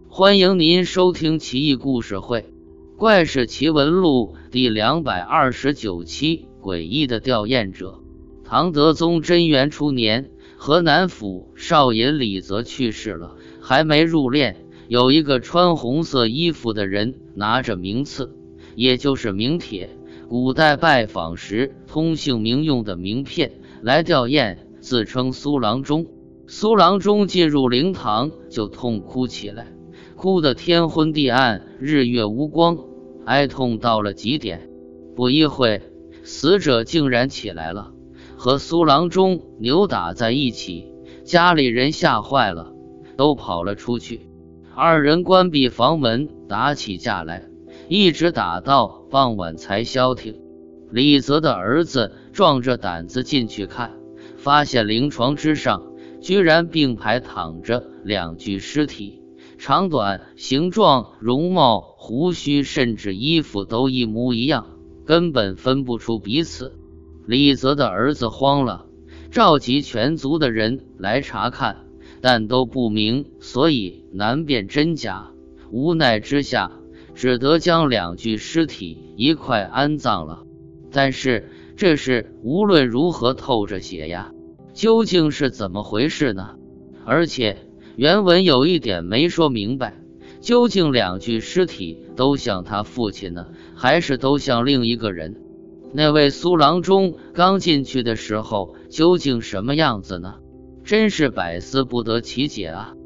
欢迎您收听奇异故事会《怪事奇闻录》第229期诡异的吊唁者。唐德宗贞元初年，河南府少尹李泽去世了，还没入殓，有一个穿红色衣服的人拿着名次，也就是名帖，古代拜访时通姓名用的名片来吊唁，自称苏郎中。苏郎中进入灵堂就痛哭起来，哭得天昏地暗，日月无光，哀痛到了极点。不一会，死者竟然起来了，和苏郎中扭打在一起，家里人吓坏了，都跑了出去。二人关闭房门，打起架来，一直打到傍晚才消停。李泽的儿子壮着胆子进去看，发现灵床之上居然并排躺着两具尸体，长短、形状、容貌、胡须甚至衣服都一模一样，根本分不出彼此。李泽的儿子慌了，召集全族的人来查看，但都不明，所以难辨真假。无奈之下，只得将两具尸体一块安葬了。但是这事无论如何透着血呀，究竟是怎么回事呢？而且原文有一点没说明白，究竟两具尸体都像他父亲呢，还是都像另一个人？那位苏郎中刚进去的时候究竟什么样子呢？真是百思不得其解啊。